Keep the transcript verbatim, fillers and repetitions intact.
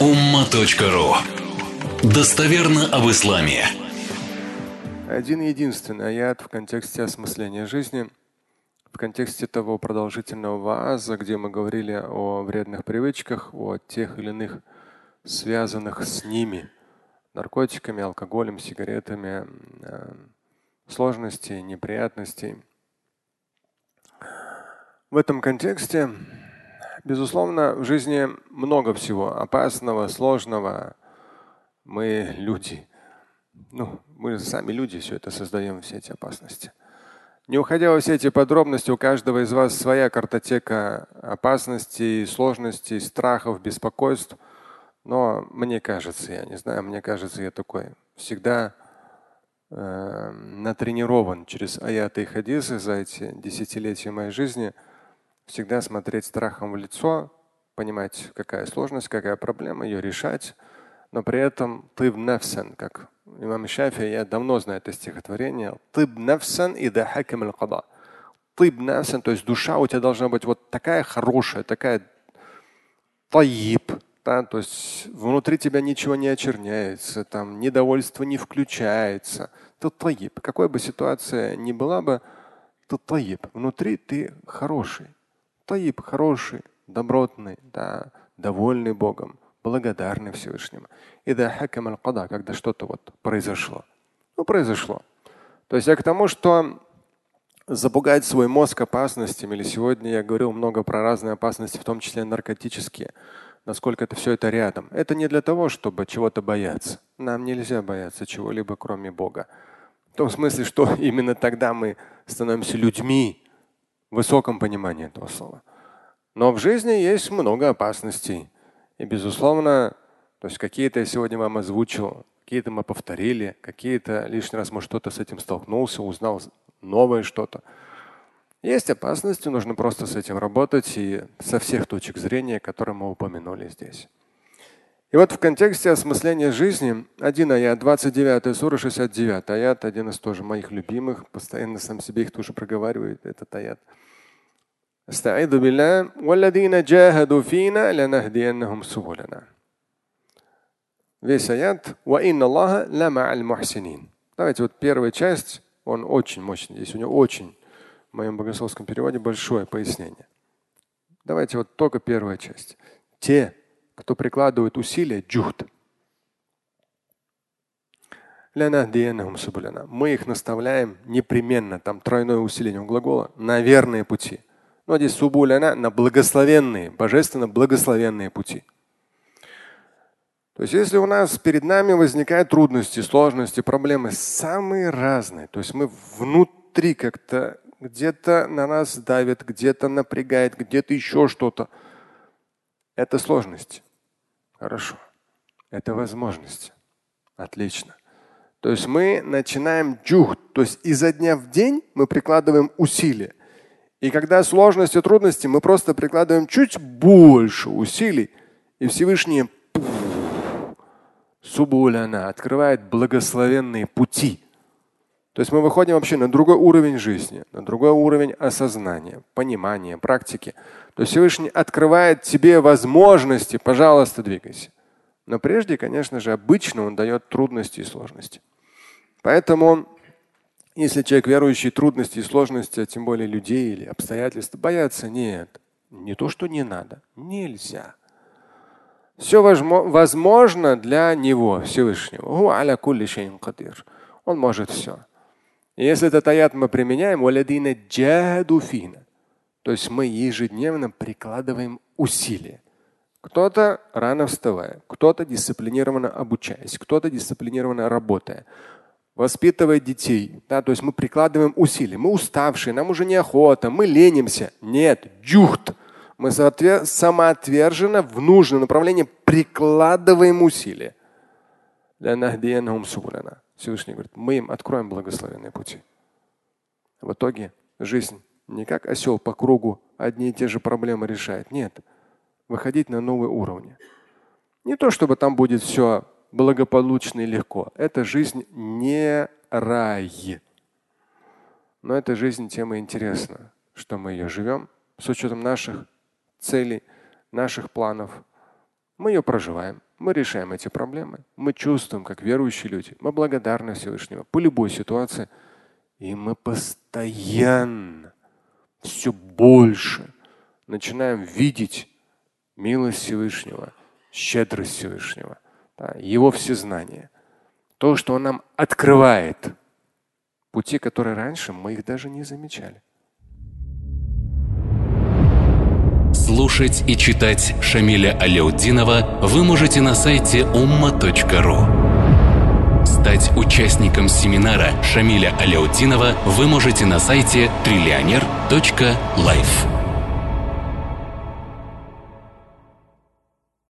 Умма.ру. Достоверно об исламе. Один единственный аят в контексте осмысления жизни, в контексте того продолжительного вааза, где мы говорили о вредных привычках, о тех или иных связанных с ними наркотиками, алкоголем, сигаретами, сложностей, неприятностей. В этом контексте, безусловно, в жизни много всего опасного, сложного. Мы люди. Ну, мы сами люди все это создаем, все эти опасности. Не уходя во все эти подробности, у каждого из вас своя картотека опасностей, сложностей, страхов, беспокойств. Но мне кажется, я не знаю, мне кажется, я такой всегда э, натренирован через аяты и хадисы за эти десятилетия моей жизни всегда смотреть страхом в лицо, понимать, какая сложность, какая проблема, ее решать, но при этом тыб нафсан, как имам Шафи, я давно знаю это стихотворение, тыб нафсан ида хаким аль-када. Тыб нафсан, то есть душа у тебя должна быть вот такая хорошая, такая таиб, да, то есть внутри тебя ничего не очерняется, там недовольство не включается. Ты таиб. Какой бы ситуация ни была бы, ты таиб. Внутри ты хороший. Таиб хороший, добротный, да, довольный Богом, благодарный Всевышнему. И да хакам аль-када, когда что-то вот произошло. Ну, произошло. То есть я к тому, что запугать свой мозг опасностями, или сегодня я говорил много про разные опасности, в том числе наркотические, насколько это все это рядом. Это не для того, чтобы чего-то бояться. Нам нельзя бояться чего-либо, кроме Бога. В том смысле, что именно тогда мы становимся людьми в высоком понимании этого слова. Но в жизни есть много опасностей. И, безусловно, то есть какие-то я сегодня вам озвучил, какие-то мы повторили, какие-то лишний раз, может, кто-то с этим столкнулся, узнал новое что-то. Есть опасности, нужно просто с этим работать и со всех точек зрения, которые мы упомянули здесь. И вот в контексте осмысления жизни один аят, двадцать девятая сура, шестьдесят девятый аят, один из тоже моих любимых, постоянно сам себе их тоже проговариваю, этот аят. Аста'иду билля, валладина джахаду фина ланахдияннахум субуляна. Весь аят, ва инна Аллаха ла ма'аль мухсинин. Давайте вот первая часть, он очень мощный, здесь у него очень, в моем богословском переводе, большое пояснение. Давайте вот только первая часть. Те, кто прикладывает усилия, джухд. Мы их наставляем непременно, там тройное усиление у глагола, на верные пути. Но здесь субуляна на благословенные, божественно благословенные пути. То есть если у нас перед нами возникают трудности, сложности, проблемы самые разные, то есть мы внутри как-то где-то на нас давит, где-то напрягает, где-то еще что-то. Это сложности. Хорошо. Это возможности. Отлично. То есть мы начинаем джухд, то есть изо дня в день мы прикладываем усилия. И когда сложности, трудности, мы просто прикладываем чуть больше усилий, и Всевышний субуляна открывает благословенные пути. То есть мы выходим вообще на другой уровень жизни, на другой уровень осознания, понимания, практики. То есть Всевышний открывает тебе возможности, пожалуйста, двигайся. Но прежде, конечно же, обычно он дает трудности и сложности. Поэтому, если человек верующий, трудности и сложности, а тем более людей или обстоятельств, бояться нет. Не то, что не надо. Нельзя. Все возможно для него, Всевышнего. Он может все. И если этот аят мы применяем, то есть мы ежедневно прикладываем усилия. Кто-то рано вставая, кто-то дисциплинированно обучаясь, кто-то дисциплинированно работая, воспитывая детей. Да, то есть мы прикладываем усилия. Мы уставшие, нам уже неохота, мы ленимся. Нет, джухд. Мы самоотверженно в нужное направление прикладываем усилия. Всевышний говорит, мы им откроем благословенные пути. В итоге жизнь не как осел по кругу одни и те же проблемы решает. Нет. Выходить на новые уровни. Не то, чтобы там будет все благополучно и легко. Эта жизнь не рай. Но эта жизнь тем и интересна, что мы ее живем с учетом наших целей, наших планов. Мы ее проживаем. Мы решаем эти проблемы. Мы чувствуем, как верующие люди. Мы благодарны Всевышнему по любой ситуации. И мы постоянно, все больше начинаем видеть милость Всевышнего, щедрость Всевышнего, да, Его всезнание. То, что Он нам открывает. Пути, которые раньше мы их даже не замечали. Слушать и читать Шамиля Аляутдинова вы можете на сайте умма точка ру. Стать участником семинара Шамиля Аляутдинова вы можете на сайте триллионер точка лайф.